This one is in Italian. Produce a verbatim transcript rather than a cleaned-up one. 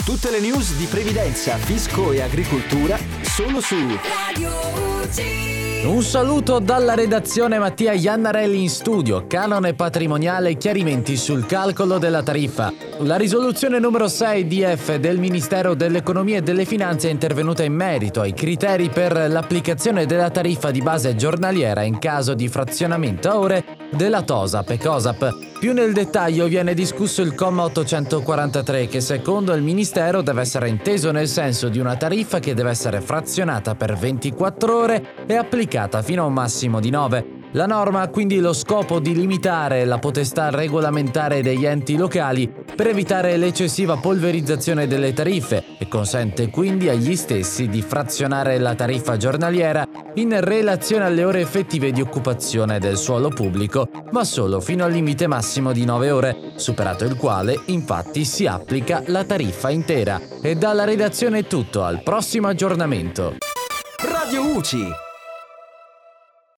Tutte le news di previdenza, fisco e agricoltura solo su Radio U G. Un saluto dalla redazione Mattia Iannarelli in studio. Canone patrimoniale, chiarimenti sul calcolo della tariffa. La risoluzione numero sei D F del Ministero dell'Economia e delle Finanze è intervenuta in merito ai criteri per l'applicazione della tariffa di base giornaliera in caso di frazionamento a ore della TOSAP e COSAP. Più nel dettaglio viene discusso il comma ottocentoquarantatré che secondo il Ministero deve essere inteso nel senso di una tariffa che deve essere frazionata per ventiquattro ore e applicata fino a un massimo di nove. La norma ha quindi lo scopo di limitare la potestà regolamentare degli enti locali per evitare l'eccessiva polverizzazione delle tariffe e consente quindi agli stessi di frazionare la tariffa giornaliera in relazione alle ore effettive di occupazione del suolo pubblico, ma solo fino al limite massimo di nove ore, superato il quale infatti si applica la tariffa intera. E dalla redazione è tutto, al prossimo aggiornamento. Radio U C I.